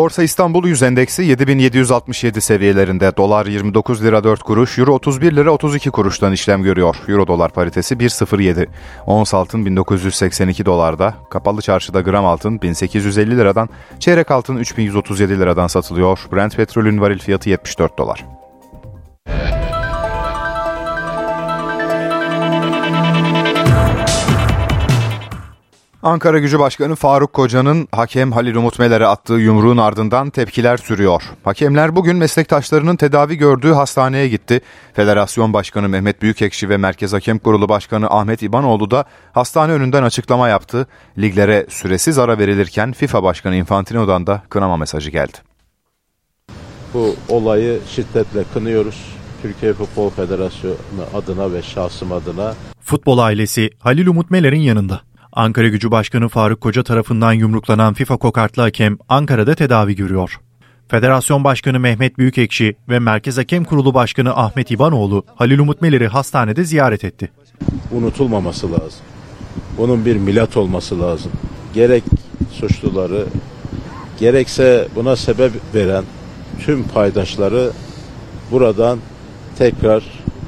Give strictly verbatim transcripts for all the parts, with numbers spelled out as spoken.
Borsa İstanbul Yüz Endeksi yedi bin yedi yüz altmış yedi seviyelerinde. Dolar yirmi dokuz lira dört kuruş, Euro otuz bir lira otuz iki kuruştan işlem görüyor. Euro dolar paritesi bir nokta sıfır yedi. Ons altın bin dokuz yüz seksen iki dolarda. Kapalı çarşıda gram altın bin sekiz yüz elli liradan, çeyrek altın üç bin yüz otuz yedi liradan satılıyor. Brent petrolün varil fiyatı yetmiş dört dolar. Ankaragücü Başkanı Faruk Koca'nın hakem Halil Umut Meler'e attığı yumruğun ardından tepkiler sürüyor. Hakemler bugün meslektaşlarının tedavi gördüğü hastaneye gitti. Federasyon Başkanı Mehmet Büyükekşi ve Merkez Hakem Kurulu Başkanı Ahmet İbanoğlu da hastane önünden açıklama yaptı. Liglere süresiz ara verilirken FIFA Başkanı Infantino'dan da kınama mesajı geldi. Bu olayı şiddetle kınıyoruz. Türkiye Futbol Federasyonu adına ve şahsım adına. Futbol ailesi Halil Umut Meler'in yanında. Ankaragücü Başkanı Faruk Koca tarafından yumruklanan FIFA kokartlı hakem Ankara'da tedavi görüyor. Federasyon Başkanı Mehmet Büyükekşi ve Merkez Hakem Kurulu Başkanı Ahmet İbanoğlu Halil Umut Meler'i hastanede ziyaret etti. Unutulmaması lazım. Bunun bir milat olması lazım. Gerek suçluları, gerekse buna sebep veren tüm paydaşları buradan tekrar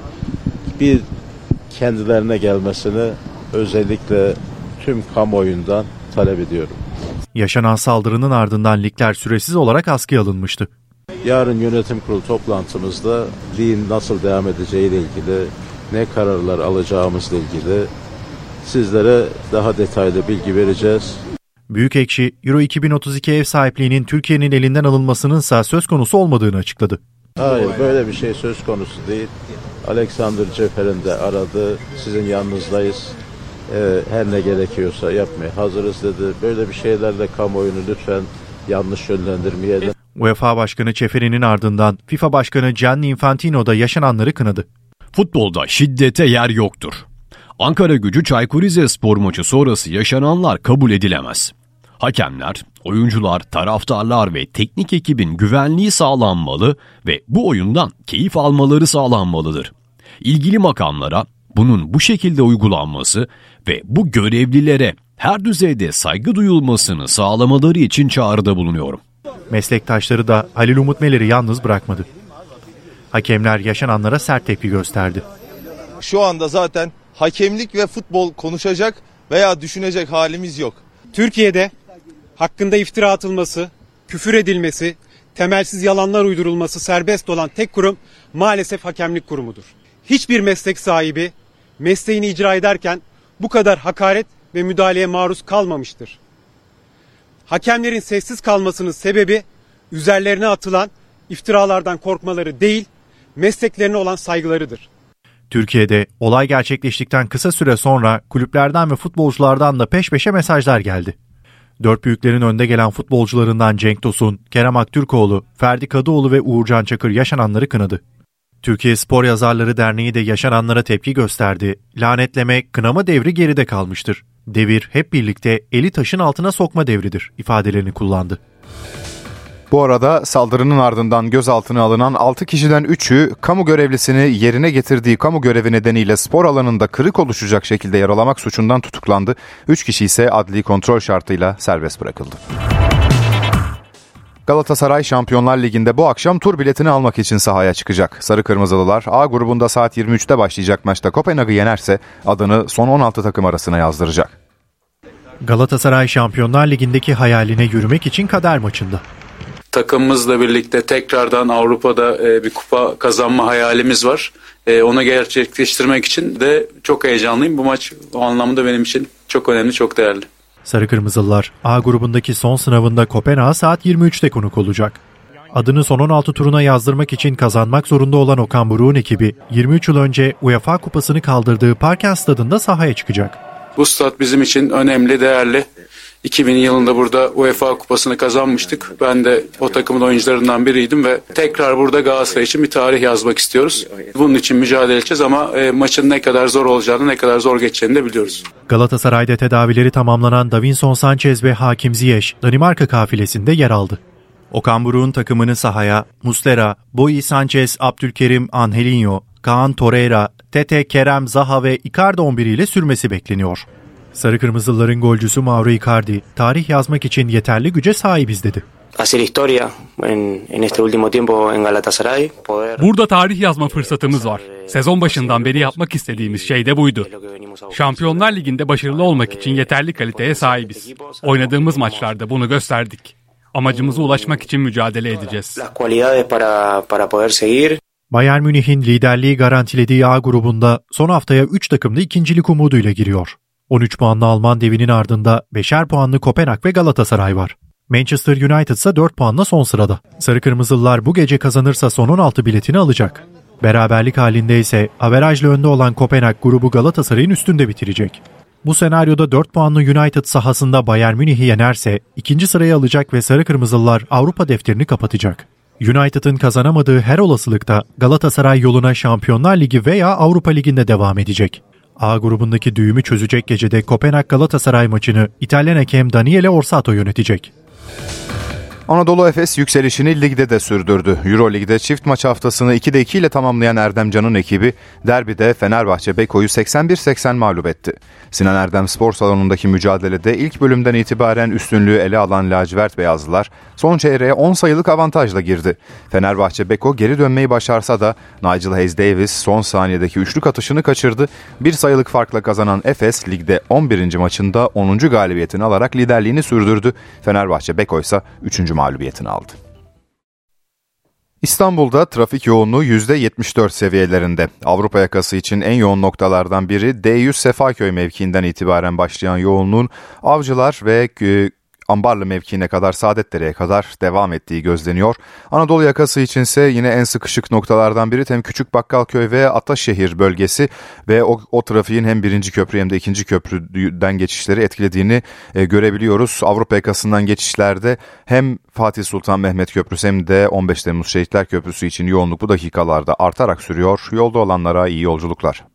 bir kendilerine gelmesini özellikle tüm kamuoyundan talep ediyorum. Yaşanan saldırının ardından ligler süresiz olarak askıya alınmıştı. Yarın yönetim kurulu toplantımızda ligin nasıl devam edeceğiyle ilgili, ne kararlar alacağımızla ilgili sizlere daha detaylı bilgi vereceğiz. Büyükekşi, Euro iki bin otuz iki ev sahipliğinin Türkiye'nin elinden alınmasınınsa söz konusu olmadığını açıkladı. Hayır, böyle bir şey söz konusu değil. Alexander Cefer'in de aradı, sizin yanınızdayız. Ee, her ne gerekiyorsa yapmaya hazırız dedi. Böyle bir şeylerle kamuoyunu lütfen yanlış yönlendirmeyelim. UEFA Başkanı Çeferi'nin ardından FIFA Başkanı Gianni Infantino da yaşananları kınadı. Futbolda şiddete yer yoktur. Ankaragücü Çaykur Rizespor maçı sonrası yaşananlar kabul edilemez. Hakemler, oyuncular, taraftarlar ve teknik ekibin güvenliği sağlanmalı ve bu oyundan keyif almaları sağlanmalıdır. İlgili makamlara bunun bu şekilde uygulanması ve bu görevlilere her düzeyde saygı duyulmasını sağlamaları için çağrıda bulunuyorum. Meslektaşları da Halil Umut Meler'i yalnız bırakmadı. Hakemler yaşananlara sert tepki gösterdi. Şu anda zaten hakemlik ve futbol konuşacak veya düşünecek halimiz yok. Türkiye'de hakkında iftira atılması, küfür edilmesi, temelsiz yalanlar uydurulması serbest olan tek kurum maalesef hakemlik kurumudur. Hiçbir meslek sahibi mesleğini icra ederken bu kadar hakaret ve müdahaleye maruz kalmamıştır. Hakemlerin sessiz kalmasının sebebi üzerlerine atılan iftiralardan korkmaları değil, mesleklerine olan saygılarıdır. Türkiye'de olay gerçekleştikten kısa süre sonra kulüplerden ve futbolculardan da peş peşe mesajlar geldi. Dört büyüklerin önde gelen futbolcularından Cenk Tosun, Kerem Aktürkoğlu, Ferdi Kadıoğlu ve Uğurcan Çakır yaşananları kınadı. Türkiye Spor Yazarları Derneği de yaşananlara tepki gösterdi. Lanetleme, kınama devri geride kalmıştır. Devir hep birlikte eli taşın altına sokma devridir ifadelerini kullandı. Bu arada saldırının ardından gözaltına alınan altı kişiden üçü kamu görevlisini yerine getirdiği kamu görevi nedeniyle spor alanında kırık oluşacak şekilde yaralamak suçundan tutuklandı. üç kişi ise adli kontrol şartıyla serbest bırakıldı. Galatasaray Şampiyonlar Ligi'nde bu akşam tur biletini almak için sahaya çıkacak. Sarı Kırmızılılar A grubunda saat yirmi üçte başlayacak maçta Kopenhag'ı yenerse adını son on altı takım arasına yazdıracak. Galatasaray Şampiyonlar Ligi'ndeki hayaline yürümek için kader maçında. Takımımızla birlikte tekrardan Avrupa'da bir kupa kazanma hayalimiz var. Onu gerçekleştirmek için de çok heyecanlıyım. Bu maç o anlamda benim için çok önemli, çok değerli. Sarı Kırmızılılar A grubundaki son sınavında Kopenhag saat yirmi üçte konuk olacak. Adını son on altı turuna yazdırmak için kazanmak zorunda olan Okan Buruk'un ekibi yirmi üç yıl önce UEFA Kupası'nı kaldırdığı Parken Stadı'nda sahaya çıkacak. Bu stat bizim için önemli, değerli. iki bin yılında burada UEFA Kupası'nı kazanmıştık. Ben de o takımın oyuncularından biriydim ve tekrar burada Galatasaray için bir tarih yazmak istiyoruz. Bunun için mücadele edeceğiz ama e, maçın ne kadar zor olacağını, ne kadar zor geçeceğini de biliyoruz. Galatasaray'da tedavileri tamamlanan Davinson Sanchez ve Hakim Ziyech Danimarka kafilesinde yer aldı. Okan Buruk'un takımını sahaya Muslera, Boyi Sanchez, Abdülkerim, Angelinho, Kaan Torreira, Tete, Kerem, Zaha ve Icardi on bir ile sürmesi bekleniyor. Sarı Kırmızılıların golcüsü Mauro Icardi, tarih yazmak için yeterli güce sahibiz dedi. hacer historia en, en este último tiempo en Galatasaray. Poder... Burada tarih yazma fırsatımız var. Sezon başından beri yapmak istediğimiz şey de buydu. Şampiyonlar Ligi'nde başarılı olmak için yeterli kaliteye sahibiz. Oynadığımız maçlarda bunu gösterdik. Amacımıza ulaşmak için mücadele edeceğiz. Bayern Münih'in liderliği garantilediği A grubunda son haftaya üç takımlı ikincilik umuduyla giriyor. on üç puanlı Alman devinin ardında beşer puanlı Kopenhag ve Galatasaray var. Manchester United ise dört puanla son sırada. Sarı Kırmızılılar bu gece kazanırsa son on altı biletini alacak. Beraberlik halinde ise averajla önde olan Kopenhag grubu Galatasaray'ın üstünde bitirecek. Bu senaryoda dört puanlı United sahasında Bayern Münih'i yenerse ikinci sırayı alacak ve Sarı Kırmızılılar Avrupa defterini kapatacak. United'ın kazanamadığı her olasılıkta Galatasaray yoluna Şampiyonlar Ligi veya Avrupa Ligi'nde devam edecek. A grubundaki düğümü çözecek gecede Kopenhag Galatasaray maçını İtalyan hakem Daniele Orsato yönetecek. Anadolu Efes yükselişini ligde de sürdürdü. Euroleague'de çift maç haftasını ikide iki ile tamamlayan Erdem Can'ın ekibi derbide Fenerbahçe Beko'yu seksen bir seksen mağlup etti. Sinan Erdem Spor Salonu'ndaki mücadelede ilk bölümden itibaren üstünlüğü ele alan lacivert beyazlılar son çeyreğe on sayılık avantajla girdi. Fenerbahçe Beko geri dönmeyi başarsa da Nigel Hayes-Davis son saniyedeki üçlük atışını kaçırdı. Bir sayılık farkla kazanan Efes ligde on birinci maçında onuncu galibiyetini alarak liderliğini sürdürdü. Fenerbahçe Beko ise üçüncü mağlubiyetini aldı. İstanbul'da trafik yoğunluğu yüzde yetmiş dört seviyelerinde. Avrupa yakası için en yoğun noktalardan biri D yüz Sefaköy mevkiinden itibaren başlayan yoğunluğun Avcılar ve Ambarlı mevkiine kadar Saadetdere'ye kadar devam ettiği gözleniyor. Anadolu yakası içinse yine en sıkışık noktalardan biri hem Küçükbakkalköy ve Ataşehir bölgesi ve o, o trafiğin hem birinci köprü hem de ikinci köprüden geçişleri etkilediğini e, görebiliyoruz. Avrupa yakasından geçişlerde hem Fatih Sultan Mehmet Köprüsü hem de on beş Temmuz Şehitler Köprüsü için yoğunluk bu dakikalarda artarak sürüyor. Yolda olanlara iyi yolculuklar.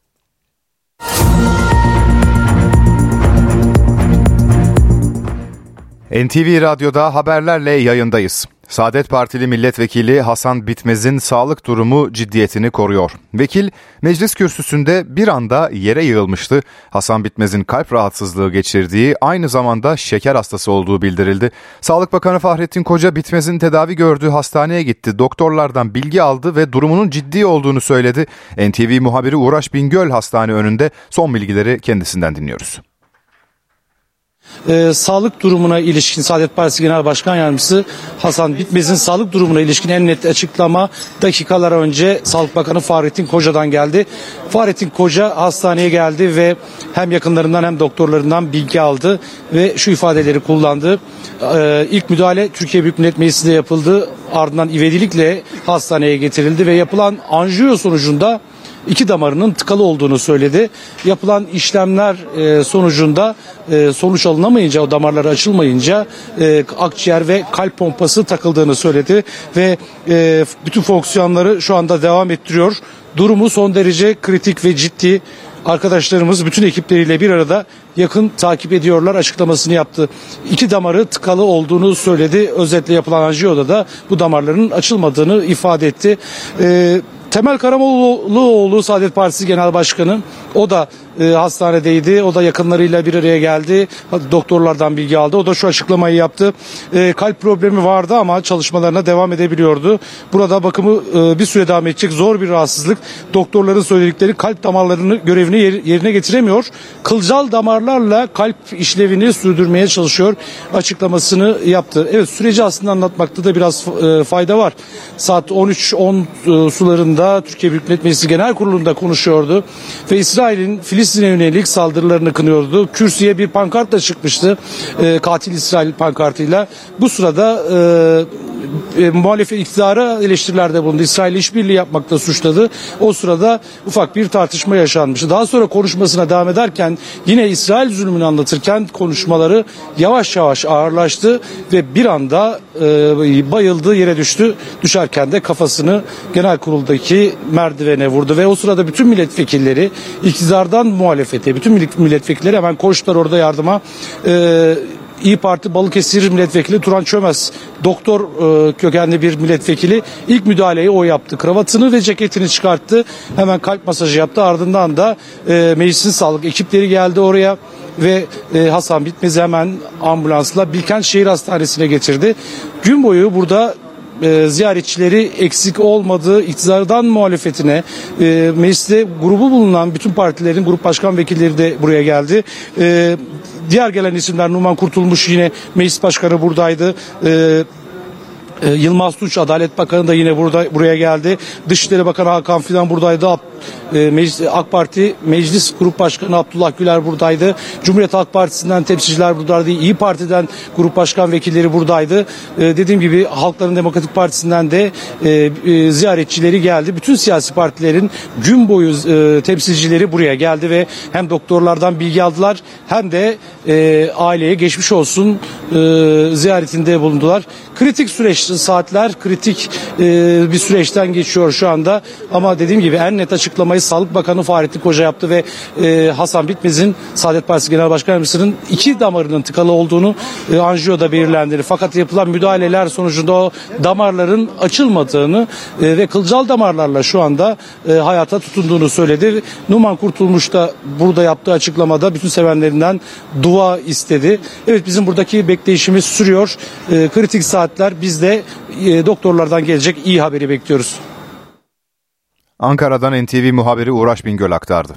N T V Radyo'da haberlerle yayındayız. Saadet Partili Milletvekili Hasan Bitmez'in sağlık durumu ciddiyetini koruyor. Vekil meclis kürsüsünde bir anda yere yığılmıştı. Hasan Bitmez'in kalp rahatsızlığı geçirdiği, aynı zamanda şeker hastası olduğu bildirildi. Sağlık Bakanı Fahrettin Koca Bitmez'in tedavi gördüğü hastaneye gitti. Doktorlardan bilgi aldı ve durumunun ciddi olduğunu söyledi. N T V muhabiri Uğraş Bingöl hastane önünde, son bilgileri kendisinden dinliyoruz. Ee, sağlık durumuna ilişkin Saadet Partisi Genel Başkan Yardımcısı Hasan Bitmez'in sağlık durumuna ilişkin en net açıklama dakikalar önce Sağlık Bakanı Fahrettin Koca'dan geldi. Fahrettin Koca hastaneye geldi ve hem yakınlarından hem doktorlarından bilgi aldı ve şu ifadeleri kullandı. Ee, ilk müdahale Türkiye Büyük Millet Meclisi'nde yapıldı. Ardından ivedilikle hastaneye getirildi ve yapılan anjiyo sonucunda İki damarının tıkalı olduğunu söyledi. Yapılan işlemler e, sonucunda e, sonuç alınamayınca, o damarlar açılmayınca e, akciğer ve kalp pompası takıldığını söyledi ve e, bütün fonksiyonları şu anda devam ettiriyor. Durumu son derece kritik ve ciddi. Arkadaşlarımız bütün ekipleriyle bir arada yakın takip ediyorlar açıklamasını yaptı. İki damarı tıkalı olduğunu söyledi. Özetle yapılan anjiyoda da bu damarların açılmadığını ifade etti. E, Temel Karamollaoğlu Saadet Partisi Genel Başkanı, o da e, hastanedeydi. O da yakınlarıyla bir araya geldi. Doktorlardan bilgi aldı. O da şu açıklamayı yaptı. E, kalp problemi vardı ama çalışmalarına devam edebiliyordu. Burada bakımı e, bir süre devam edecek, zor bir rahatsızlık. Doktorların söyledikleri kalp damarlarını görevini yer, yerine getiremiyor. Kılcal damarlarla kalp işlevini sürdürmeye çalışıyor açıklamasını yaptı. Evet, süreci aslında anlatmakta da biraz e, fayda var. Saat on üç on e, sularında Türkiye Büyük Millet Meclisi Genel Kurulu'nda konuşuyordu ve İsrail'in Filistin'e yönelik saldırılarını kınıyordu. Kürsüye bir pankartla çıkmıştı. E, katil İsrail pankartıyla. Bu sırada e, e, muhalefet iktidara eleştirilerde bulundu. İsrail'le işbirliği yapmakta suçladı. O sırada ufak bir tartışma yaşanmıştı. Daha sonra konuşmasına devam ederken yine İsrail zulmünü anlatırken konuşmaları yavaş yavaş ağırlaştı ve bir anda e, bayıldı, yere düştü. Düşerken de kafasını genel kuruldaki merdivene vurdu ve o sırada bütün milletvekilleri, iktidardan muhalefete, bütün milletvekilleri hemen koştular orada yardıma. Ee, İyi Parti Balıkesir Milletvekili Turan Çömez, doktor e, kökenli bir milletvekili, ilk müdahaleyi o yaptı. Kravatını ve ceketini çıkarttı. Hemen kalp masajı yaptı. Ardından da e, meclisin sağlık ekipleri geldi oraya. ve e, Hasan Bitmez'i hemen ambulansla Bilkent Şehir Hastanesi'ne getirdi. Gün boyu burada E, ziyaretçileri eksik olmadığı, iktidardan muhalefetine, e, mecliste grubu bulunan bütün partilerin grup başkan vekilleri de buraya geldi. E, diğer gelen isimler Numan Kurtulmuş yine meclis başkanı buradaydı. E, e, Yılmaz Tunç Adalet Bakanı da yine burada buraya geldi. Dışişleri Bakanı Hakan Fidan buradaydı. E, Meclis, AK Parti Meclis Grup Başkanı Abdullah Güler buradaydı. Cumhuriyet Halk Partisi'nden temsilciler buradaydı. İyi Parti'den grup başkan vekilleri buradaydı. E, dediğim gibi Halkların Demokratik Partisi'nden de e, e, ziyaretçileri geldi. Bütün siyasi partilerin gün boyu e, temsilcileri buraya geldi ve hem doktorlardan bilgi aldılar hem de e, aileye geçmiş olsun e, ziyaretinde bulundular. Kritik süreç, saatler kritik e, bir süreçten geçiyor şu anda ama dediğim gibi en net açıklamayı Sağlık Bakanı Fahrettin Koca yaptı ve e, Hasan Bitmez'in Saadet Partisi Genel Başkan Yardımcısının iki damarının tıkalı olduğunu e, anjiyoda belirlendi. Fakat yapılan müdahaleler sonucunda o damarların açılmadığını e, ve kılcal damarlarla şu anda e, hayata tutunduğunu söyledi. Numan Kurtulmuş da burada yaptığı açıklamada bütün sevenlerinden dua istedi. Evet, bizim buradaki bekleyişimiz sürüyor. E, kritik saatler, biz de e, doktorlardan gelecek iyi haberi bekliyoruz. Ankara'dan N T V muhabiri Uğraş Bingöl aktardı.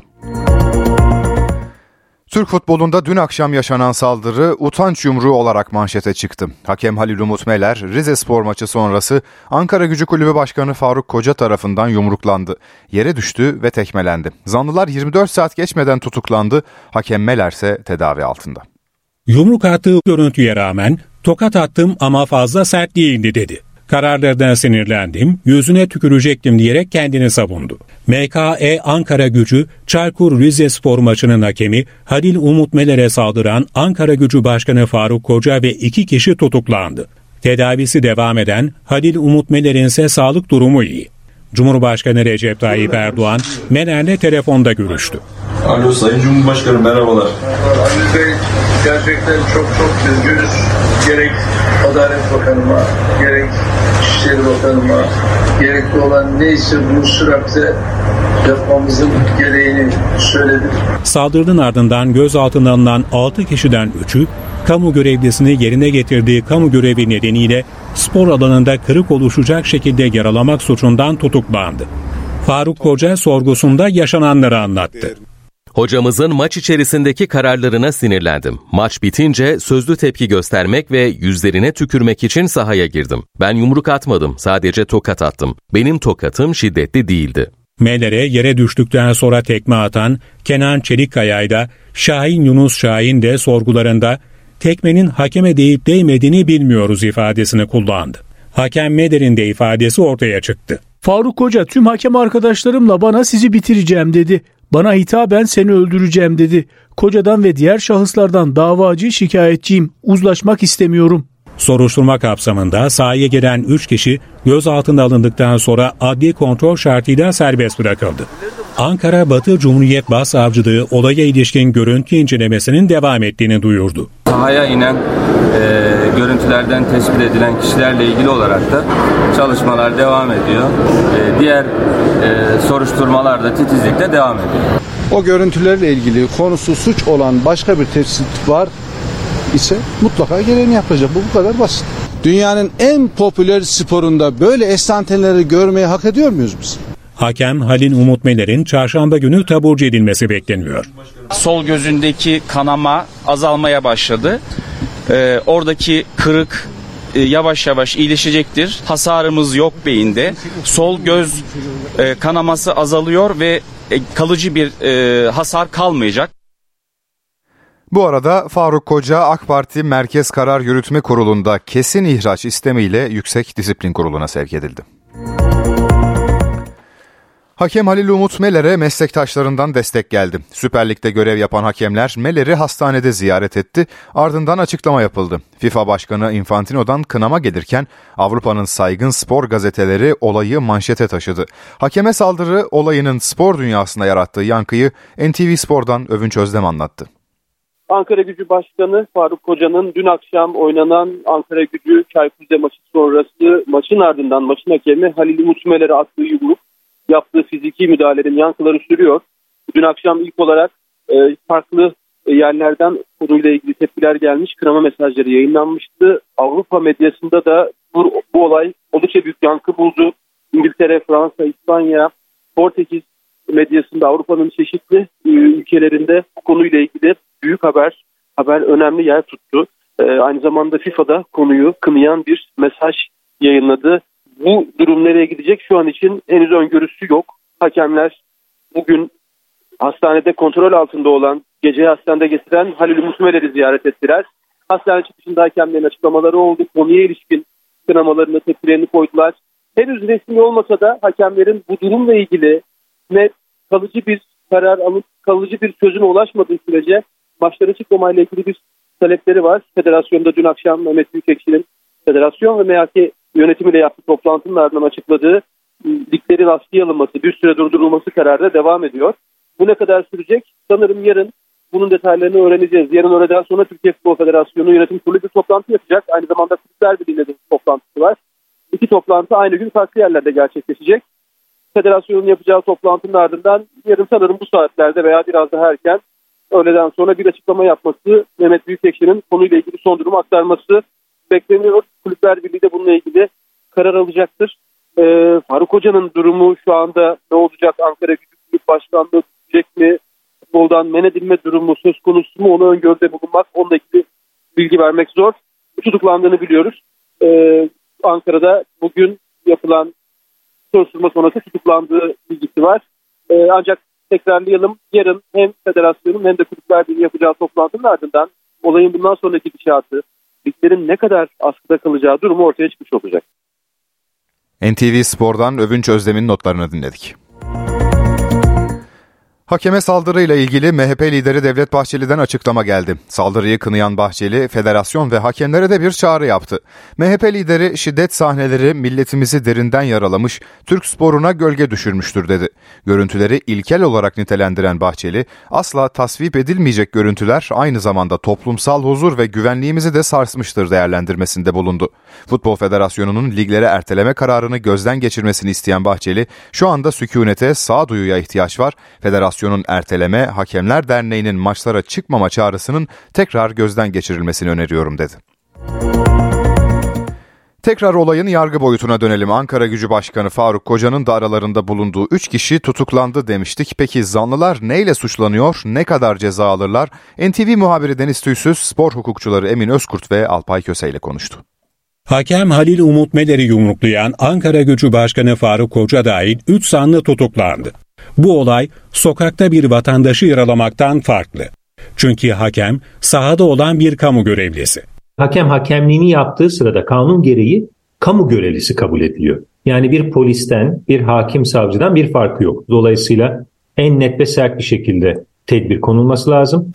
Türk futbolunda dün akşam yaşanan saldırı utanç yumruğu olarak manşete çıktı. Hakem Halil Umut Meler, Rizespor maçı sonrası Ankaragücü Kulübü Başkanı Faruk Koca tarafından yumruklandı. Yere düştü ve tekmelendi. Zanlılar yirmi dört saat geçmeden tutuklandı. Hakem Meler ise tedavi altında. Yumruk attığı görüntüye rağmen tokat attım ama fazla sert değildi dedi. Kararlardan sinirlendim, yüzüne tükürecektim diyerek kendini savundu. M K E Ankaragücü Çaykur Rizespor maçının hakemi Halil Umut Meler'e saldıran Ankaragücü Başkanı Faruk Koca ve iki kişi tutuklandı. Tedavisi devam eden Halil Umut Meler'in ise sağlık durumu iyi. Cumhurbaşkanı Recep Tayyip Erdoğan Meler'le telefonda görüştü. Alo Sayın Cumhurbaşkanı, merhabalar. Halil Bey, gerçekten çok çok üzgünüz. Gerek Adalet Bakanıma, gerek İçişleri Bakanıma, gerekli olan neyse bu süratle yapmamızın gereğini söyledik. Saldırının ardından gözaltına alınan altı kişiden üçü, kamu görevlisini yerine getirdiği kamu görevi nedeniyle spor alanında kırık oluşacak şekilde yaralamak suçundan tutuklandı. Faruk Koca sorgusunda yaşananları anlattı. Hocamızın maç içerisindeki kararlarına sinirlendim. Maç bitince sözlü tepki göstermek ve yüzlerine tükürmek için sahaya girdim. Ben yumruk atmadım, sadece tokat attım. Benim tokatım şiddetli değildi. Meler'e yere düştükten sonra tekme atan Kenan Çelikkaya'yı da Şahin Yunus Şahin de sorgularında tekmenin hakeme değip değmediğini bilmiyoruz ifadesini kullandı. Hakem Meler'in de ifadesi ortaya çıktı. Faruk Koca tüm hakem arkadaşlarımla bana sizi bitireceğim dedi. Bana hitaben seni öldüreceğim dedi. Koca'dan ve diğer şahıslardan davacı şikayetçiyim. Uzlaşmak istemiyorum. Soruşturma kapsamında sahaya giren üç kişi gözaltına alındıktan sonra adli kontrol şartıyla serbest bırakıldı. Ankara Batı Cumhuriyet Başsavcılığı olaya ilişkin görüntü incelemesinin devam ettiğini duyurdu. Sahaya inen e, görüntülerden tespit edilen kişilerle ilgili olarak da çalışmalar devam ediyor. E, diğer e, soruşturmalar da titizlikle devam ediyor. O görüntülerle ilgili konusu suç olan başka bir tespit var ise mutlaka gereğini yapacak. Bu bu kadar basit. Dünyanın en popüler sporunda böyle estanteleri görmeyi hak ediyor muyuz biz? Hakem Halil Umut Meler'in çarşamba günü taburcu edilmesi bekleniyor. Sol gözündeki kanama azalmaya başladı. Ee, oradaki kırık e, yavaş yavaş iyileşecektir. Hasarımız yok beyinde. Sol göz e, kanaması azalıyor ve e, kalıcı bir e, hasar kalmayacak. Bu arada Faruk Koca AK Parti Merkez Karar Yürütme Kurulu'nda kesin ihraç istemiyle Yüksek Disiplin Kurulu'na sevk edildi. Hakem Halil Umut Meler'e meslektaşlarından destek geldi. Süper Lig'de görev yapan hakemler Meler'i hastanede ziyaret etti. Ardından açıklama yapıldı. FIFA Başkanı Infantino'dan kınama gelirken Avrupa'nın saygın spor gazeteleri olayı manşete taşıdı. Hakeme saldırı olayının spor dünyasında yarattığı yankıyı N T V Spor'dan Övünç Özdem anlattı. Ankaragücü Başkanı Faruk Koca'nın dün akşam oynanan Ankaragücü Çaykur Rize maçı sonrası maçın ardından maçın hakemi Halil Umut Meler'e attığı yumruk, yaptığı fiziki müdahalelerin yankıları sürüyor. Dün akşam ilk olarak e, farklı yerlerden konuyla ilgili tepkiler gelmiş, kınama mesajları yayınlanmıştı. Avrupa medyasında da bu, bu olay oldukça büyük yankı buldu. İngiltere, Fransa, İspanya, Portekiz medyasında Avrupa'nın çeşitli ülkelerinde bu konuyla ilgili büyük haber, haber önemli yer tuttu. Ee, aynı zamanda FIFA'da konuyu kınayan bir mesaj yayınladı. Bu durum nereye gidecek şu an için henüz öngörüsü yok. Hakemler bugün hastanede kontrol altında olan, geceyi hastanede geçiren Halil Umutmeler'i ziyaret ettiler. Hastane çıkışında hakemlerin açıklamaları oldu. Konuya ilişkin kınamalarını, tepkilerini koydular. Henüz resmi olmasa da hakemlerin bu durumla ilgili net kalıcı bir karar alıp kalıcı bir çözüme ulaşmadığı sürece maçlara çıkmamayla ilgili bir talepleri var. Federasyonda dün akşam Mehmet Büyükekşi'nin federasyon ve M H K yönetimiyle yaptığı toplantının ardından açıkladığı liglerin askıya alınması, bir süre durdurulması kararı da devam ediyor. Bu ne kadar sürecek? Sanırım yarın bunun detaylarını öğreneceğiz. Yarın öğleden sonra Türkiye Futbol Federasyonu Yönetim Kurulu bir toplantı yapacak. Aynı zamanda Kulüpler Birliği'yle de bir toplantısı var. İki toplantı aynı gün farklı yerlerde gerçekleşecek. Federasyonun yapacağı toplantının ardından yarın sanırım bu saatlerde veya biraz daha erken öğleden sonra bir açıklama yapması, Mehmet Büyükekşi'nin konuyla ilgili son durumu aktarması bekleniyor. Kulüpler Birliği de bununla ilgili karar alacaktır. Ee, Faruk Hoca'nın durumu şu anda ne olacak? Ankara Gücü Kulüp Başkanlığı tutacak mı? Futboldan men edilme durumu söz konusu mu? Onu öngörüde bulunmak, onunla ilgili bilgi vermek zor. Tutuklandığını biliyoruz. Ee, Ankara'da bugün yapılan soruşturma sonrası tutuklandığı bilgisi var. Ee, ancak tekrarlayalım, yarın hem federasyonun hem de Kulüpler Birliği yapacağı toplantının ardından olayın bundan sonraki gidişatı, liglerin ne kadar askıda kalacağı durumu ortaya çıkmış olacak. N T V Spor'dan Övünç Özdem'in notlarını dinledik. Hakeme saldırıyla ilgili M H P lideri Devlet Bahçeli'den açıklama geldi. Saldırıyı kınayan Bahçeli, federasyon ve hakemlere de bir çağrı yaptı. M H P lideri şiddet sahneleri milletimizi derinden yaralamış, Türk sporuna gölge düşürmüştür dedi. Görüntüleri ilkel olarak nitelendiren Bahçeli, asla tasvip edilmeyecek görüntüler aynı zamanda toplumsal huzur ve güvenliğimizi de sarsmıştır değerlendirmesinde bulundu. Futbol Federasyonu'nun liglere erteleme kararını gözden geçirmesini isteyen Bahçeli, şu anda sükunete, sağduyuya ihtiyaç var. Federasyon erteleme, Hakemler Derneği'nin maçlara çıkmama çağrısının tekrar gözden geçirilmesini öneriyorum dedi. Tekrar olayın yargı boyutuna dönelim. Ankara Gücü Başkanı Faruk Koca'nın da aralarında bulunduğu üç kişi tutuklandı demiştik. Peki zanlılar neyle suçlanıyor, ne kadar ceza alırlar? N T V muhabiri Deniz Tüysüz, spor hukukçuları Emin Özkurt ve Alpay Köse ile konuştu. Hakem Halil Umutmeler'i yumruklayan Ankara Gücü Başkanı Faruk Koca dahil üç zanlı tutuklandı. Bu olay sokakta bir vatandaşı yaralamaktan farklı. Çünkü hakem sahada olan bir kamu görevlisi. Hakem hakemliğini yaptığı sırada kanun gereği kamu görevlisi kabul ediliyor. Yani bir polisten, bir hakim savcıdan bir farkı yok. Dolayısıyla en net ve sert bir şekilde tedbir konulması lazım.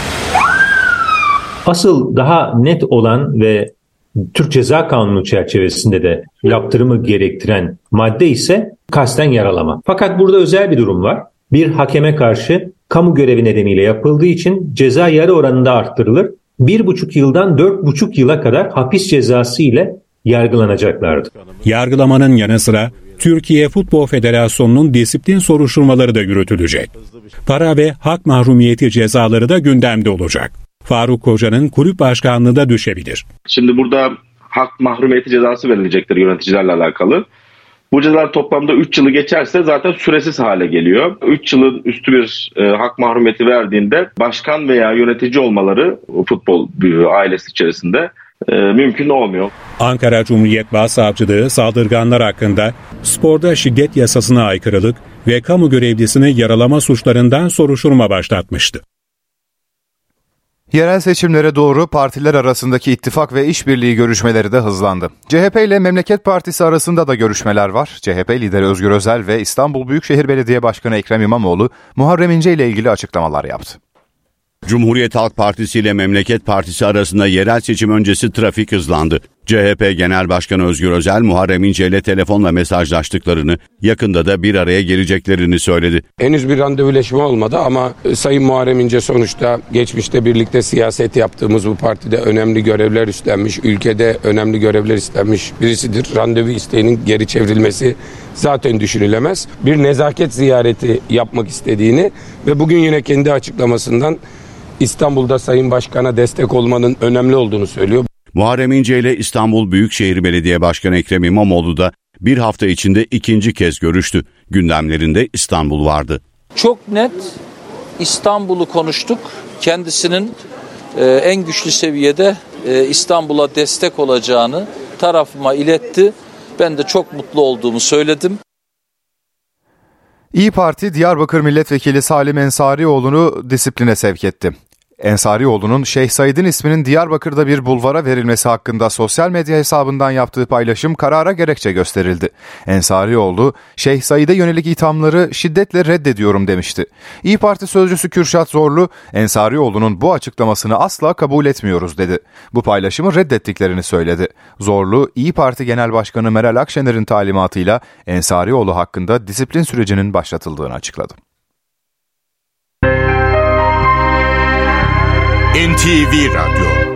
Asıl daha net olan ve Türk Ceza Kanunu çerçevesinde de yaptırımı gerektiren madde ise kasten yaralama. Fakat burada özel bir durum var. Bir hakeme karşı kamu görevi nedeniyle yapıldığı için ceza yarı oranında arttırılır. Bir buçuk yıldan dört buçuk yıla kadar hapis cezası ile yargılanacaklardı. Yargılamanın yanı sıra Türkiye Futbol Federasyonu'nun disiplin soruşturmaları da yürütülecek. Para ve hak mahrumiyeti cezaları da gündemde olacak. Faruk Koca'nın kulüp başkanlığı da düşebilir. Şimdi burada hak mahrumiyeti cezası verilecektir yöneticilerle alakalı. Bu cezalar toplamda üç yılı geçerse zaten süresiz hale geliyor. üç yılın üstü bir e, hak mahrumiyeti verdiğinde başkan veya yönetici olmaları futbol ailesi içerisinde e, mümkün olmuyor. Ankara Cumhuriyet Başsavcılığı saldırganlar hakkında sporda şiddet yasasına aykırılık ve kamu görevlisini yaralama suçlarından soruşturma başlatmıştı. Yerel seçimlere doğru partiler arasındaki ittifak ve işbirliği görüşmeleri de hızlandı. C H P ile Memleket Partisi arasında da görüşmeler var. C H P lideri Özgür Özel ve İstanbul Büyükşehir Belediye Başkanı Ekrem İmamoğlu Muharrem İnce ile ilgili açıklamalar yaptı. Cumhuriyet Halk Partisi ile Memleket Partisi arasında yerel seçim öncesi trafik hızlandı. C H P Genel Başkanı Özgür Özel, Muharrem İnce ile telefonla mesajlaştıklarını, yakında da bir araya geleceklerini söyledi. Henüz bir randevuleşme olmadı ama Sayın Muharrem İnce sonuçta geçmişte birlikte siyaset yaptığımız bu partide önemli görevler üstlenmiş, ülkede önemli görevler üstlenmiş birisidir. Randevu isteğinin geri çevrilmesi zaten düşünülemez. Bir nezaket ziyareti yapmak istediğini ve bugün yine kendi açıklamasından İstanbul'da Sayın Başkan'a destek olmanın önemli olduğunu söylüyor. Muharrem İnce ile İstanbul Büyükşehir Belediye Başkanı Ekrem İmamoğlu da bir hafta içinde ikinci kez görüştü. Gündemlerinde İstanbul vardı. Çok net İstanbul'u konuştuk. Kendisinin e, en güçlü seviyede e, İstanbul'a destek olacağını tarafıma iletti. Ben de çok mutlu olduğumu söyledim. İYİ Parti Diyarbakır Milletvekili Salim Ensarioğlu'nu disipline sevk etti. Ensarioğlu'nun Şeyh Said'in isminin Diyarbakır'da bir bulvara verilmesi hakkında sosyal medya hesabından yaptığı paylaşım karara gerekçe gösterildi. Ensarioğlu, Şeyh Said'e yönelik ithamları şiddetle reddediyorum demişti. İYİ Parti sözcüsü Kürşat Zorlu, Ensarioğlu'nun bu açıklamasını asla kabul etmiyoruz dedi. Bu paylaşımı reddettiklerini söyledi. Zorlu, İYİ Parti Genel Başkanı Meral Akşener'in talimatıyla Ensarioğlu hakkında disiplin sürecinin başlatıldığını açıkladı. N T V Radyo.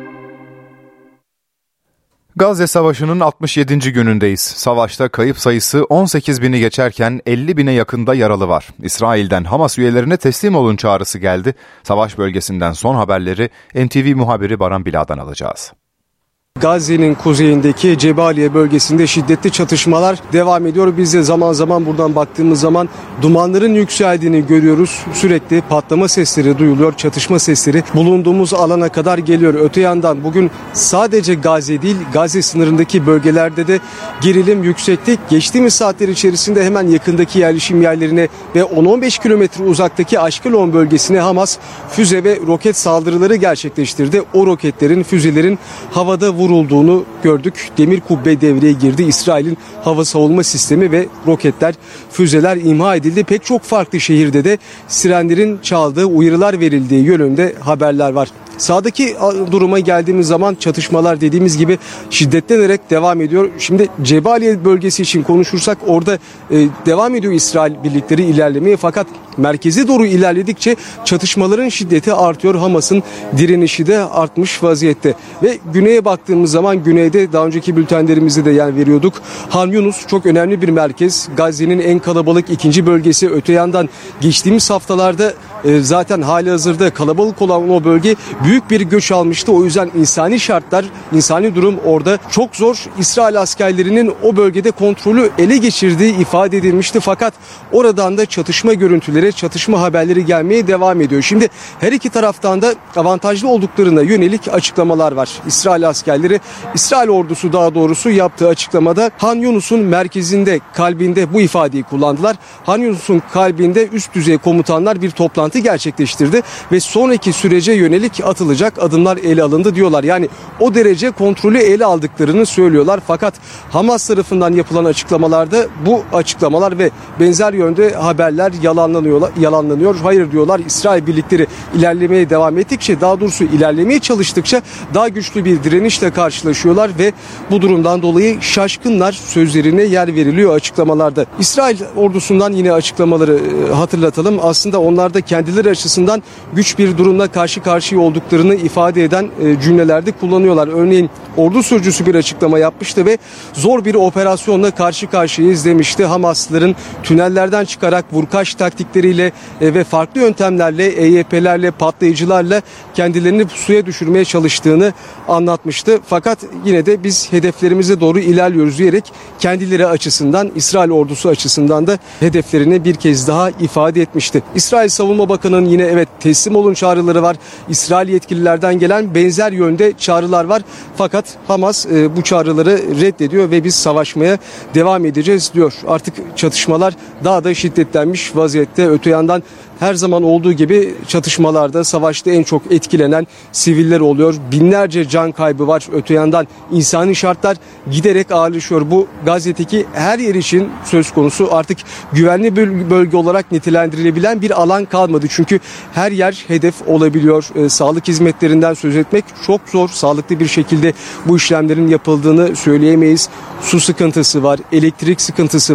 Gazze Savaşı'nın altmış yedinci günündeyiz. Savaşta kayıp sayısı on sekiz bini geçerken elli bine yakında yaralı var. İsrail'den Hamas üyelerine teslim olun çağrısı geldi. Savaş bölgesinden son haberleri N T V muhabiri Baran Bila'dan alacağız. Gazze'nin kuzeyindeki Cebaliye bölgesinde şiddetli çatışmalar devam ediyor. Biz de zaman zaman buradan baktığımız zaman dumanların yükseldiğini görüyoruz. Sürekli patlama sesleri duyuluyor, çatışma sesleri bulunduğumuz alana kadar geliyor. Öte yandan bugün sadece Gazze değil, Gazze sınırındaki bölgelerde de gerilim yüksekti. Geçtiğimiz saatler içerisinde hemen yakındaki yerleşim yerlerine ve on on beş kilometre uzaktaki Ashkelon bölgesine Hamas füze ve roket saldırıları gerçekleştirdi. O roketlerin, füzelerin havada vurulduğunu gördük. Demir kubbe devreye girdi. İsrail'in hava savunma sistemi ve roketler, füzeler imha edildi. Pek çok farklı şehirde de sirenlerin çaldığı, uyarılar verildiği yönünde haberler var. Sağdaki duruma geldiğimiz zaman çatışmalar dediğimiz gibi şiddetlenerek devam ediyor. Şimdi Cebaliye bölgesi için konuşursak orada e, devam ediyor İsrail birlikleri ilerlemeye, fakat merkeze doğru ilerledikçe çatışmaların şiddeti artıyor. Hamas'ın direnişi de artmış vaziyette. Ve güneye baktığımız zaman güneyde daha önceki bültenlerimizde de yer veriyorduk. Han Yunus çok önemli bir merkez. Gazze'nin en kalabalık ikinci bölgesi. Öte yandan geçtiğimiz haftalarda e, zaten halihazırda kalabalık olan o bölge büyük bir göç almıştı. O yüzden insani şartlar, insani durum orada çok zor. İsrail askerlerinin o bölgede kontrolü ele geçirdiği ifade edilmişti. Fakat oradan da çatışma görüntüleri, çatışma haberleri gelmeye devam ediyor. Şimdi her iki taraftan da avantajlı olduklarına yönelik açıklamalar var. İsrail askerleri, İsrail ordusu daha doğrusu yaptığı açıklamada Han Yunus'un merkezinde, kalbinde bu ifadeyi kullandılar. Han Yunus'un kalbinde üst düzey komutanlar bir toplantı gerçekleştirdi ve sonraki sürece yönelik atılacak adımlar ele alındı diyorlar. Yani o derece kontrolü ele aldıklarını söylüyorlar. Fakat Hamas tarafından yapılan açıklamalarda bu açıklamalar ve benzer yönde haberler yalanlanıyorlar, yalanlanıyor. Hayır diyorlar, İsrail birlikleri ilerlemeye devam ettikçe, daha doğrusu ilerlemeye çalıştıkça daha güçlü bir direnişle karşılaşıyorlar ve bu durumdan dolayı şaşkınlar sözlerine yer veriliyor açıklamalarda. İsrail ordusundan yine açıklamaları hatırlatalım. Aslında onlar da kendileri açısından güç bir durumla karşı karşıya olduklarını ifade eden cümlelerde kullanıyorlar. Örneğin ordu sözcüsü bir açıklama yapmıştı ve zor bir operasyonla karşı karşıyayız demişti. Hamaslıların tünellerden çıkarak vurkaç taktikleriyle ve farklı yöntemlerle, E Y P'lerle, patlayıcılarla kendilerini suya düşürmeye çalıştığını anlatmıştı. Fakat yine de biz hedeflerimize doğru ilerliyoruz diyerek kendileri açısından, İsrail ordusu açısından da hedeflerini bir kez daha ifade etmişti. İsrail Savunma Bakanı'nın yine evet teslim olun çağrıları var. İsrail yetkililerden gelen benzer yönde çağrılar var. Fakat Hamas e, bu çağrıları reddediyor ve biz savaşmaya devam edeceğiz diyor. Artık çatışmalar daha da şiddetlenmiş vaziyette. Öte yandan her zaman olduğu gibi çatışmalarda, savaşta en çok etkilenen siviller oluyor. Binlerce can kaybı var. Öte yandan insani şartlar giderek ağırlaşıyor. Bu Gazze'deki her yer için söz konusu. Artık güvenli bölge olarak nitelendirilebilen bir alan kalmadı. Çünkü her yer hedef olabiliyor. E, sağlık hizmetlerinden söz etmek çok zor. Sağlıklı bir şekilde bu işlemlerin yapıldığını söyleyemeyiz. Su sıkıntısı var, elektrik sıkıntısı var.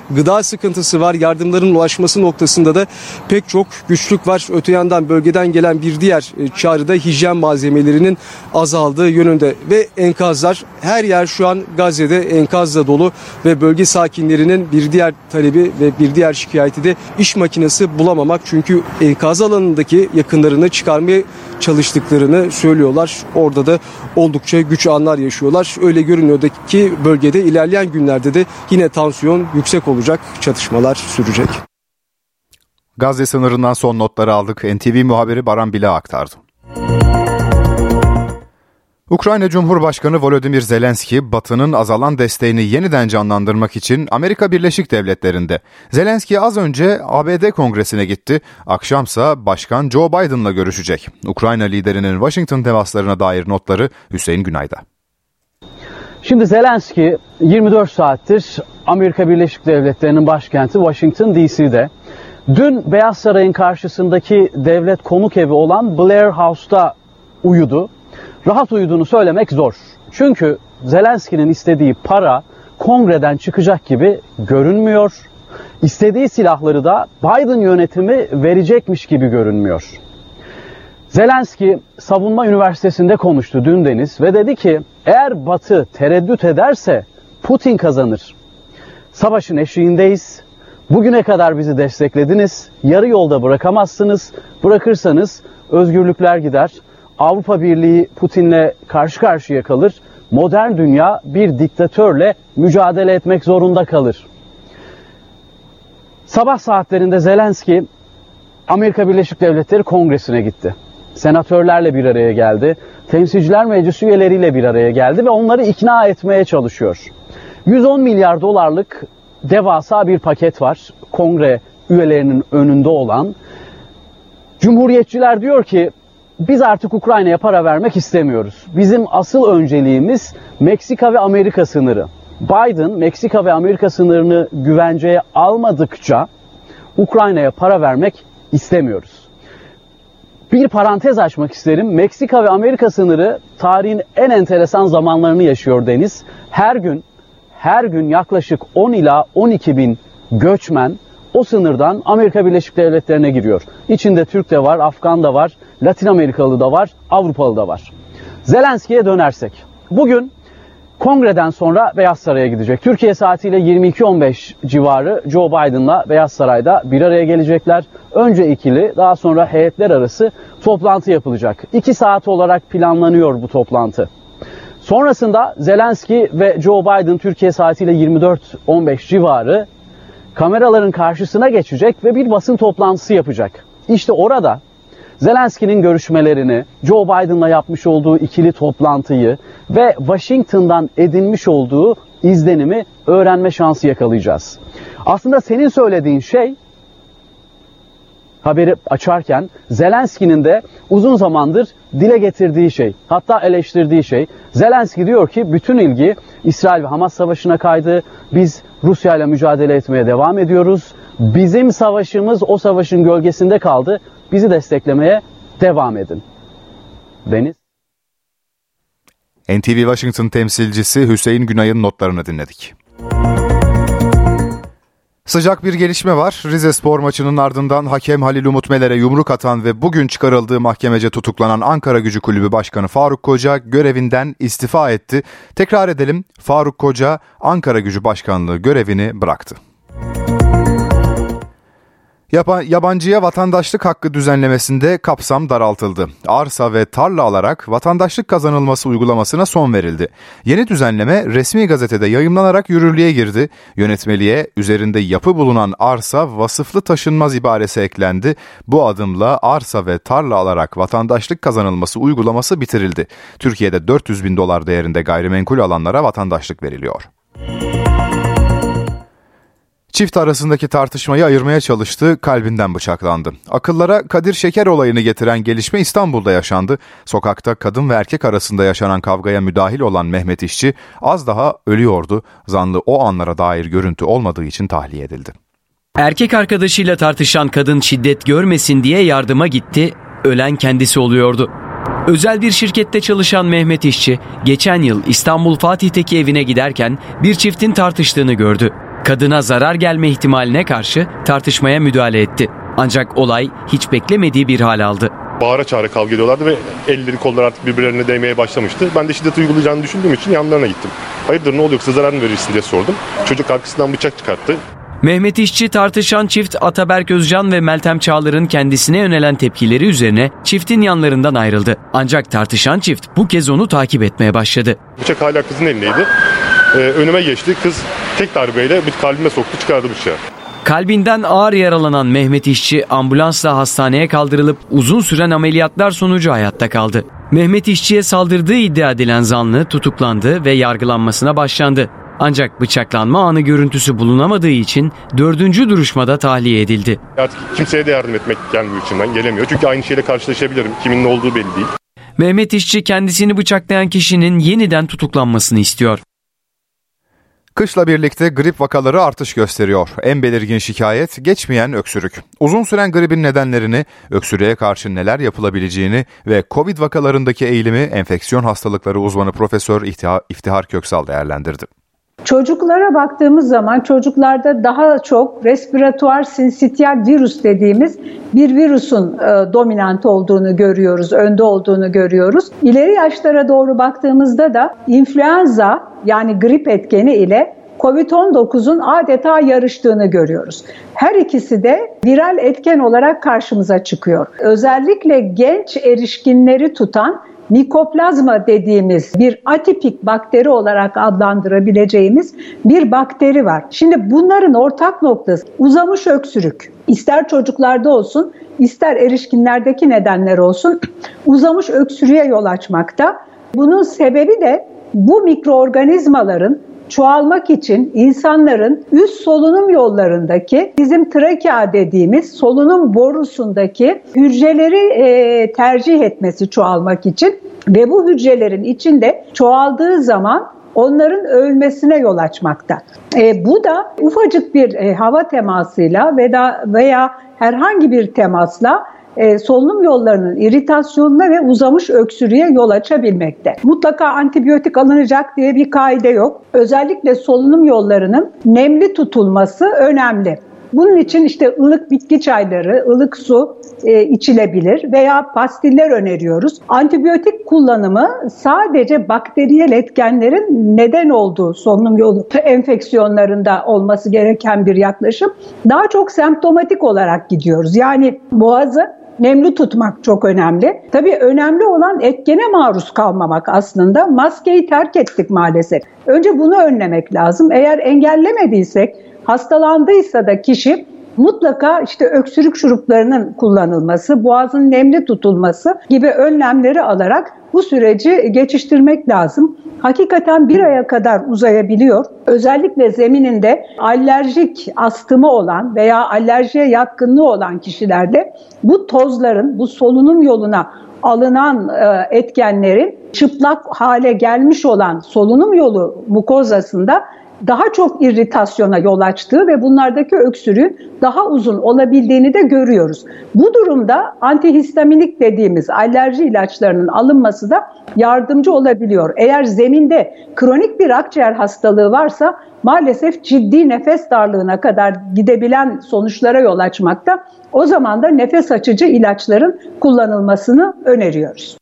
Gıda sıkıntısı var. Yardımların ulaşması noktasında da pek çok güçlük var. Öte yandan bölgeden gelen bir diğer çağrı da hijyen malzemelerinin azaldığı yönünde ve enkazlar, her yer şu an Gazze'de enkazla dolu ve bölge sakinlerinin bir diğer talebi ve bir diğer şikayeti de iş makinesi bulamamak. Çünkü enkaz alanındaki yakınlarını çıkarmaya çalıştıklarını söylüyorlar. Orada da oldukça güç anlar yaşıyorlar. Öyle görünüyor ki bölgede ilerleyen günlerde de yine tansiyon yüksek olacak, çatışmalar sürecek. Gazze sınırından son notları aldık. N T V muhabiri Baran Bil'a aktardı. Ukrayna Cumhurbaşkanı Volodymyr Zelenski, Batı'nın azalan desteğini yeniden canlandırmak için Amerika Birleşik Devletleri'nde. Zelenski az önce A B D Kongresi'ne gitti, akşamsa Başkan Joe Biden'la görüşecek. Ukrayna liderinin Washington temaslarına dair notları Hüseyin Günay'da. Şimdi Zelenski yirmi dört saattir Amerika Birleşik Devletleri'nin başkenti Washington D C'de. Dün Beyaz Saray'ın karşısındaki devlet konuk evi olan Blair House'da uyudu. Rahat uyuduğunu söylemek zor. Çünkü Zelenski'nin istediği para kongreden çıkacak gibi görünmüyor. İstediği silahları da Biden yönetimi verecekmiş gibi görünmüyor. Zelenski Savunma Üniversitesi'nde konuştu dün Deniz ve dedi ki eğer Batı tereddüt ederse Putin kazanır. Savaşın eşiğindeyiz. Bugüne kadar bizi desteklediniz. Yarı yolda bırakamazsınız. Bırakırsanız özgürlükler gider. Avrupa Birliği Putin'le karşı karşıya kalır. Modern dünya bir diktatörle mücadele etmek zorunda kalır. Sabah saatlerinde Zelenski Amerika Birleşik Devletleri Kongresi'ne gitti. Senatörlerle bir araya geldi. Temsilciler Meclisi üyeleriyle bir araya geldi ve onları ikna etmeye çalışıyor. yüz on milyar dolarlık devasa bir paket var. Kongre üyelerinin önünde olan. Cumhuriyetçiler diyor ki biz artık Ukrayna'ya para vermek istemiyoruz. Bizim asıl önceliğimiz Meksika ve Amerika sınırı. Biden Meksika ve Amerika sınırını güvenceye almadıkça Ukrayna'ya para vermek istemiyoruz. Bir parantez açmak isterim. Meksika ve Amerika sınırı tarihin en enteresan zamanlarını yaşıyor Deniz. Her gün her gün yaklaşık on ila on iki bin göçmen o sınırdan Amerika Birleşik Devletleri'ne giriyor. İçinde Türk de var, Afgan da var, Latin Amerikalı da var, Avrupalı da var. Zelenski'ye dönersek. Bugün kongreden sonra Beyaz Saray'a gidecek. Türkiye saatiyle yirmi iki on beş civarı Joe Biden'la Beyaz Saray'da bir araya gelecekler. Önce ikili, daha sonra heyetler arası toplantı yapılacak. İki saat olarak planlanıyor bu toplantı. Sonrasında Zelenski ve Joe Biden Türkiye saatiyle yirmi dört on beş civarı kameraların karşısına geçecek ve bir basın toplantısı yapacak. İşte orada Zelenski'nin görüşmelerini, Joe Biden'la yapmış olduğu ikili toplantıyı ve Washington'dan edinmiş olduğu izlenimi öğrenme şansı yakalayacağız. Aslında senin söylediğin şey, haberi açarken Zelenski'nin de uzun zamandır dile getirdiği şey, hatta eleştirdiği şey. Zelenski diyor ki bütün ilgi İsrail ve Hamas savaşına kaydı. Biz Rusya ile mücadele etmeye devam ediyoruz. Bizim savaşımız o savaşın gölgesinde kaldı. Bizi desteklemeye devam edin. Deniz. N T V Washington temsilcisi Hüseyin Günay'ın notlarını dinledik. Sıcak bir gelişme var. Rizespor maçının ardından hakem Halil Umut Meler'e yumruk atan ve bugün çıkarıldığı mahkemece tutuklanan Ankaragücü Kulübü Başkanı Faruk Koca görevinden istifa etti. Tekrar edelim, Faruk Koca Ankaragücü Başkanlığı görevini bıraktı. Yabancıya vatandaşlık hakkı düzenlemesinde kapsam daraltıldı. Arsa ve tarla alarak vatandaşlık kazanılması uygulamasına son verildi. Yeni düzenleme resmi gazetede yayımlanarak yürürlüğe girdi. Yönetmeliğe üzerinde yapı bulunan arsa vasıflı taşınmaz ibaresi eklendi. Bu adımla arsa ve tarla alarak vatandaşlık kazanılması uygulaması bitirildi. Türkiye'de dört yüz bin dolar değerinde gayrimenkul alanlara vatandaşlık veriliyor. Çift arasındaki tartışmayı ayırmaya çalıştı, kalbinden bıçaklandı. Akıllara Kadir Şeker olayını getiren gelişme İstanbul'da yaşandı. Sokakta kadın ve erkek arasında yaşanan kavgaya müdahil olan Mehmet İşçi az daha ölüyordu. Zanlı o anlara dair görüntü olmadığı için tahliye edildi. Erkek arkadaşıyla tartışan kadın şiddet görmesin diye yardıma gitti, ölen kendisi oluyordu. Özel bir şirkette çalışan Mehmet İşçi geçen yıl İstanbul Fatih'teki evine giderken bir çiftin tartıştığını gördü. Kadına zarar gelme ihtimaline karşı tartışmaya müdahale etti. Ancak olay hiç beklemediği bir hal aldı. Bağıra çağıra kavga ediyorlardı ve elleri kolları artık birbirlerine değmeye başlamıştı. Ben de şiddet uygulayacağını düşündüğüm için yanlarına gittim. Hayırdır ne oluyor, yoksa zarar mı verirsin diye sordum. Çocuk arkasından bıçak çıkarttı. Mehmet İşçi tartışan çift Ataberk Özcan ve Meltem Çağlar'ın kendisine yönelen tepkileri üzerine çiftin yanlarından ayrıldı. Ancak tartışan çift bu kez onu takip etmeye başladı. Bıçak hala kızın elindeydi. Ee, önüme geçti. Kız tek darbeyle bir kalbime soktu, çıkardı bıçağı. Kalbinden ağır yaralanan Mehmet İşçi ambulansla hastaneye kaldırılıp uzun süren ameliyatlar sonucu hayatta kaldı. Mehmet İşçi'ye saldırdığı iddia edilen zanlı tutuklandı ve yargılanmasına başlandı. Ancak bıçaklanma anı görüntüsü bulunamadığı için dördüncü duruşmada tahliye edildi. Artık kimseye de yardım etmek gelmiyor içimden, gelemiyor. Çünkü aynı şeyle karşılaşabilirim. Kimin ne olduğu belli değil. Mehmet İşçi kendisini bıçaklayan kişinin yeniden tutuklanmasını istiyor. Kışla birlikte grip vakaları artış gösteriyor. En belirgin şikayet geçmeyen öksürük. Uzun süren gripin nedenlerini, öksürüğe karşı neler yapılabileceğini ve Covid vakalarındaki eğilimi enfeksiyon hastalıkları uzmanı Profesör İftihar Köksal değerlendirdi. Çocuklara baktığımız zaman çocuklarda daha çok respiratuar sinsitiyal virüs dediğimiz bir virüsün e, dominant olduğunu görüyoruz, önde olduğunu görüyoruz. İleri yaşlara doğru baktığımızda da influenza yani grip etkeni ile kovid on dokuzun adeta yarıştığını görüyoruz. Her ikisi de viral etken olarak karşımıza çıkıyor. Özellikle genç erişkinleri tutan mikoplazma dediğimiz bir atipik bakteri olarak adlandırabileceğimiz bir bakteri var. Şimdi bunların ortak noktası uzamış öksürük. İster çocuklarda olsun, ister erişkinlerdeki nedenler olsun uzamış öksürüğe yol açmakta. Bunun sebebi de bu mikroorganizmaların çoğalmak için insanların üst solunum yollarındaki bizim trakea dediğimiz solunum borusundaki hücreleri e, tercih etmesi çoğalmak için ve bu hücrelerin içinde çoğaldığı zaman onların ölmesine yol açmakta. E, bu da ufacık bir e, hava temasıyla veya, veya herhangi bir temasla E, solunum yollarının iritasyonuna ve uzamış öksürüğe yol açabilmekte. Mutlaka antibiyotik alınacak diye bir kaide yok. Özellikle solunum yollarının nemli tutulması önemli. Bunun için işte ılık bitki çayları, ılık su e, içilebilir veya pastiller öneriyoruz. Antibiyotik kullanımı sadece bakteriyel etkenlerin neden olduğu solunum yolu enfeksiyonlarında olması gereken bir yaklaşım. Daha çok semptomatik olarak gidiyoruz. Yani boğazı nemli tutmak çok önemli. Tabii önemli olan etkene maruz kalmamak aslında. Maskeyi terk ettik maalesef. Önce bunu önlemek lazım. Eğer engellemediysek, hastalandıysa da kişi mutlaka işte öksürük şuruplarının kullanılması, boğazın nemli tutulması gibi önlemleri alarak bu süreci geçiştirmek lazım. Hakikaten bir aya kadar uzayabiliyor. Özellikle zemininde alerjik astımı olan veya alerjiye yatkınlığı olan kişilerde bu tozların, bu solunum yoluna alınan etkenlerin çıplak hale gelmiş olan solunum yolu mukozasında daha çok irritasyona yol açtığı ve bunlardaki öksürüğün daha uzun olabildiğini de görüyoruz. Bu durumda antihistaminik dediğimiz alerji ilaçlarının alınması da yardımcı olabiliyor. Eğer zeminde kronik bir akciğer hastalığı varsa maalesef ciddi nefes darlığına kadar gidebilen sonuçlara yol açmakta. O zaman da nefes açıcı ilaçların kullanılmasını öneriyoruz.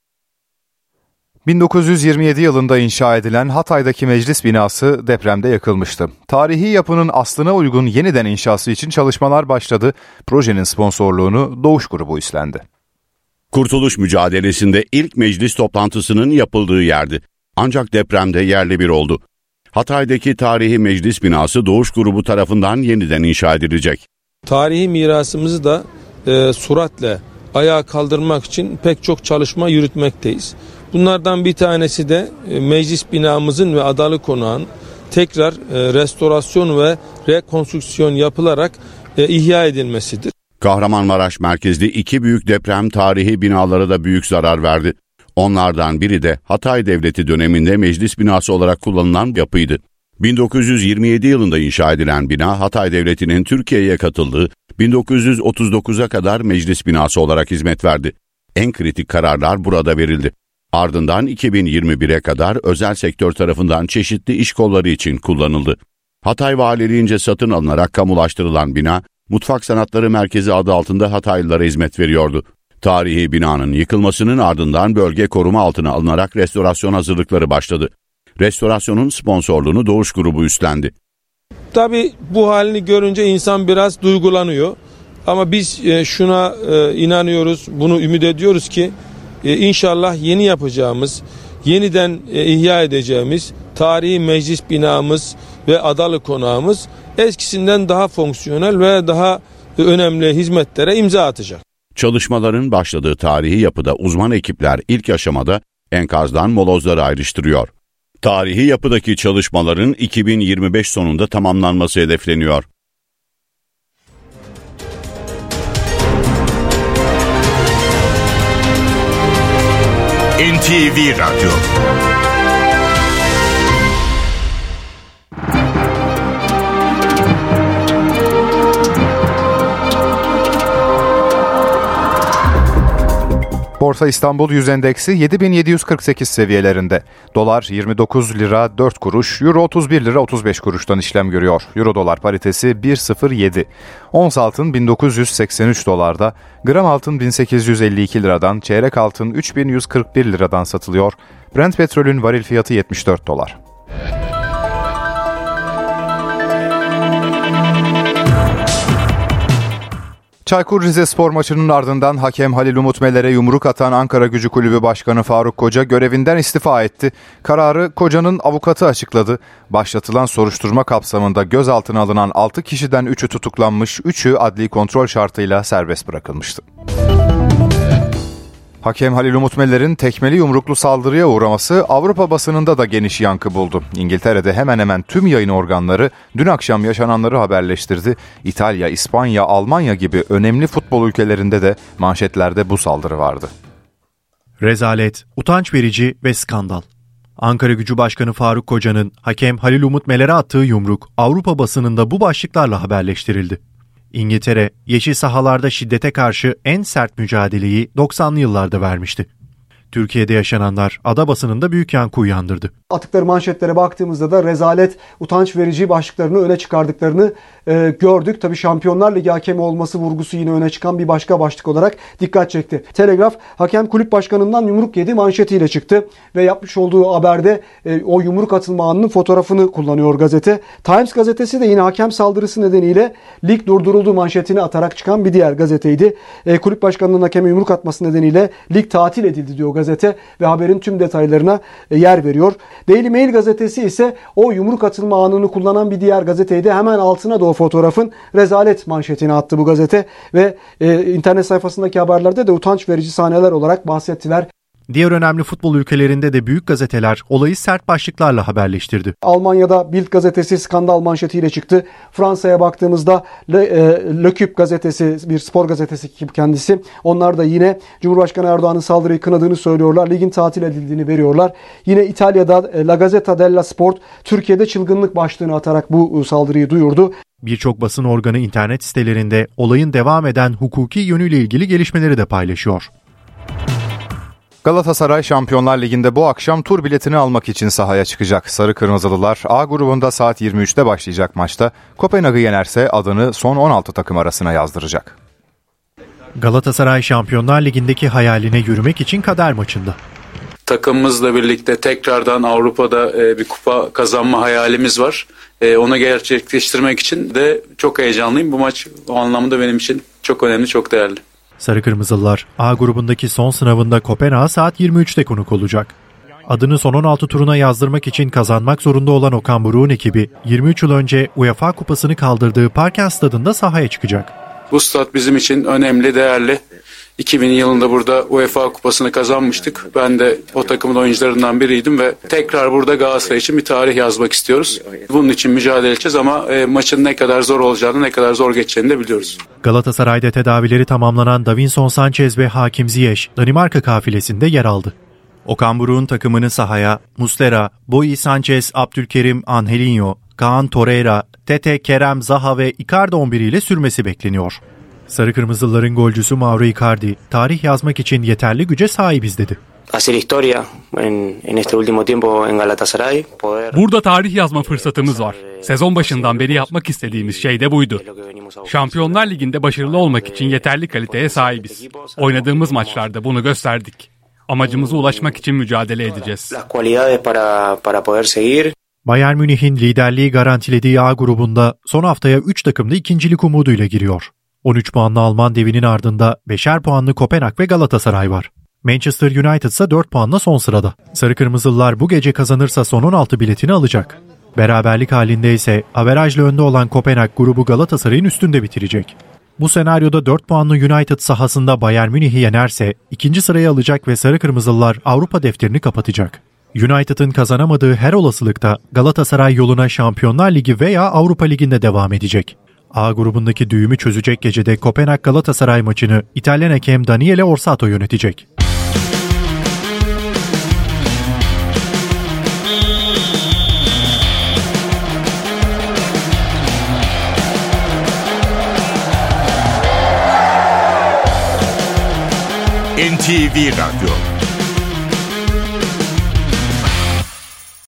bin dokuz yüz yirmi yedi yılında inşa edilen Hatay'daki meclis binası depremde yakılmıştı. Tarihi yapının aslına uygun yeniden inşası için çalışmalar başladı. Projenin sponsorluğunu Doğuş Grubu üstlendi. Kurtuluş mücadelesinde ilk meclis toplantısının yapıldığı yerdi. Ancak depremde yerle bir oldu. Hatay'daki tarihi meclis binası Doğuş Grubu tarafından yeniden inşa edilecek. Tarihi mirasımızı da e, süratle ayağa kaldırmak için pek çok çalışma yürütmekteyiz. Bunlardan bir tanesi de e, meclis binamızın ve Adalı Konağı'nın tekrar e, restorasyon ve rekonstrüksiyon yapılarak e, ihya edilmesidir. Kahramanmaraş merkezli iki büyük deprem tarihi binalara da büyük zarar verdi. Onlardan biri de Hatay Devleti döneminde meclis binası olarak kullanılan yapıydı. bin dokuz yüz yirmi yedi yılında inşa edilen bina Hatay Devleti'nin Türkiye'ye katıldığı bin dokuz yüz otuz dokuza kadar meclis binası olarak hizmet verdi. En kritik kararlar burada verildi. Ardından iki bin yirmi bire kadar özel sektör tarafından çeşitli iş kolları için kullanıldı. Hatay Valiliğince satın alınarak kamulaştırılan bina, Mutfak Sanatları Merkezi adı altında Hataylılara hizmet veriyordu. Tarihi binanın yıkılmasının ardından bölge koruma altına alınarak restorasyon hazırlıkları başladı. Restorasyonun sponsorluğunu Doğuş Grubu üstlendi. Tabii bu halini görünce insan biraz duygulanıyor. Ama biz şuna inanıyoruz, bunu ümit ediyoruz ki inşallah yeni yapacağımız, yeniden ihya edeceğimiz tarihi meclis binamız ve adalı konağımız eskisinden daha fonksiyonel ve daha önemli hizmetlere imza atacak. Çalışmaların başladığı tarihi yapıda uzman ekipler ilk aşamada enkazdan molozları ayrıştırıyor. Tarihi yapıdaki çalışmaların iki bin yirmi beş sonunda tamamlanması hedefleniyor. N T V Radyo. Borsa İstanbul Yüz Endeksi yedi bin yedi yüz kırk sekiz seviyelerinde. Dolar yirmi dokuz lira dört kuruş, Euro otuz bir lira otuz beş kuruştan işlem görüyor. Euro dolar paritesi bir nokta sıfır yedi. Ons altın bin dokuz yüz seksen üç dolarda, gram altın bin sekiz yüz elli iki liradan, çeyrek altın üç bin yüz kırk bir liradan satılıyor. Brent petrolün varil fiyatı yetmiş dört dolar. Çaykur Rizespor maçının ardından hakem Halil Umut Meler'e yumruk atan Ankaragücü Kulübü Başkanı Faruk Koca görevinden istifa etti. Kararı Koca'nın avukatı açıkladı. Başlatılan soruşturma kapsamında gözaltına alınan altı kişiden üçü tutuklanmış, üçü adli kontrol şartıyla serbest bırakılmıştı. Hakem Halil Umut Meler'in tekmeli yumruklu saldırıya uğraması Avrupa basınında da geniş yankı buldu. İngiltere'de hemen hemen tüm yayın organları dün akşam yaşananları haberleştirdi. İtalya, İspanya, Almanya gibi önemli futbol ülkelerinde de manşetlerde bu saldırı vardı. Rezalet, utanç verici ve skandal. Ankaragücü Başkanı Faruk Koca'nın hakem Halil Umut Meler'e attığı yumruk Avrupa basınında bu başlıklarla haberleştirildi. İngiltere, yeşil sahalarda şiddete karşı en sert mücadeleyi doksanlı yıllarda vermişti. Türkiye'de yaşananlar ada basınında büyük yankı uyandırdı. Attıkları manşetlere baktığımızda da rezalet, utanç verici başlıklarını öne çıkardıklarını e, gördük. Tabii Şampiyonlar Ligi hakemi olması vurgusu yine öne çıkan bir başka başlık olarak dikkat çekti. Telegraf, hakem kulüp başkanından yumruk yedi manşetiyle çıktı ve yapmış olduğu haberde e, o yumruk atılma anının fotoğrafını kullanıyor gazete. Times gazetesi de yine hakem saldırısı nedeniyle lig durduruldu manşetini atarak çıkan bir diğer gazeteydi. E, kulüp başkanının hakeme yumruk atması nedeniyle lig tatil edildi diyor gazete ve haberin tüm detaylarına e, yer veriyor. Daily Mail gazetesi ise o yumruk atılma anını kullanan bir diğer gazeteydi. Hemen altına da o fotoğrafın rezalet manşetini attı bu gazete ve e, internet sayfasındaki haberlerde de utanç verici sahneler olarak bahsettiler. Diğer önemli futbol ülkelerinde de büyük gazeteler olayı sert başlıklarla haberleştirdi. Almanya'da Bild gazetesi skandal manşetiyle çıktı. Fransa'ya baktığımızda Le, e, L'Equipe gazetesi, bir spor gazetesi kendisi. Onlar da yine Cumhurbaşkanı Erdoğan'ın saldırıyı kınadığını söylüyorlar. Ligin tatil edildiğini veriyorlar. Yine İtalya'da e, La Gazzetta della Sport Türkiye'de çılgınlık başlığını atarak bu e, saldırıyı duyurdu. Birçok basın organı internet sitelerinde olayın devam eden hukuki yönüyle ilgili gelişmeleri de paylaşıyor. Galatasaray Şampiyonlar Ligi'nde bu akşam tur biletini almak için sahaya çıkacak. Sarı Kırmızılılar A grubunda saat yirmi üçte başlayacak maçta Kopenhag'ı yenerse adını son on altı takım arasına yazdıracak. Galatasaray Şampiyonlar Ligi'ndeki hayaline yürümek için kader maçında. Takımımızla birlikte tekrardan Avrupa'da bir kupa kazanma hayalimiz var. Onu gerçekleştirmek için de çok heyecanlıyım. Bu maç o anlamda benim için çok önemli, çok değerli. Sarı Kırmızılılar A grubundaki son sınavında Kopenhag saat yirmi üçte konuk olacak. Adını son on altı turuna yazdırmak için kazanmak zorunda olan Okan Buruk'un ekibi yirmi üç yıl önce UEFA Kupası'nı kaldırdığı Parken Stadı'nda sahaya çıkacak. Bu stat bizim için önemli, değerli. iki bin yılında burada UEFA Kupası'nı kazanmıştık. Ben de o takımın oyuncularından biriydim ve tekrar burada Galatasaray için bir tarih yazmak istiyoruz. Bunun için mücadele edeceğiz ama e, maçın ne kadar zor olacağını, ne kadar zor geçeceğini de biliyoruz. Galatasaray'da tedavileri tamamlanan Davinson Sanchez ve Hakim Ziyech Danimarka kafilesinde yer aldı. Okan Buruk'un takımını sahaya Muslera, Boyi Sanchez, Abdülkerim, Angelinho, Kaan Torreira, Tete, Kerem, Zaha ve Icardi on bir ile sürmesi bekleniyor. Sarı Kırmızılıların golcüsü Mauro Icardi, tarih yazmak için yeterli güce sahibiz dedi. hacer historia en, en este último tiempo en Galatasaray. Poder... Burada tarih yazma fırsatımız var. Sezon başından beri yapmak istediğimiz şey de buydu. Şampiyonlar Ligi'nde başarılı olmak için yeterli kaliteye sahibiz. Oynadığımız maçlarda bunu gösterdik. Amacımıza ulaşmak için mücadele edeceğiz. Bayern Münih'in liderliği garantilediği A grubunda son haftaya üç takımlı ikincilik umuduyla giriyor. on üç puanlı Alman devinin ardında beşer puanlı Kopenhag ve Galatasaray var. Manchester United ise dört puanla son sırada. Sarı Kırmızılılar bu gece kazanırsa son on altı biletini alacak. Beraberlik halinde ise averajla önde olan Kopenhag grubu Galatasaray'ın üstünde bitirecek. Bu senaryoda dört puanlı United sahasında Bayern Münih'i yenerse ikinci sırayı alacak ve Sarı Kırmızılılar Avrupa defterini kapatacak. United'ın kazanamadığı her olasılıkta Galatasaray yoluna Şampiyonlar Ligi veya Avrupa Ligi'nde devam edecek. A grubundaki düğümü çözecek gecede Kopenhag Galatasaray maçını İtalyan hakem Daniele Orsato yönetecek. N T V Radyo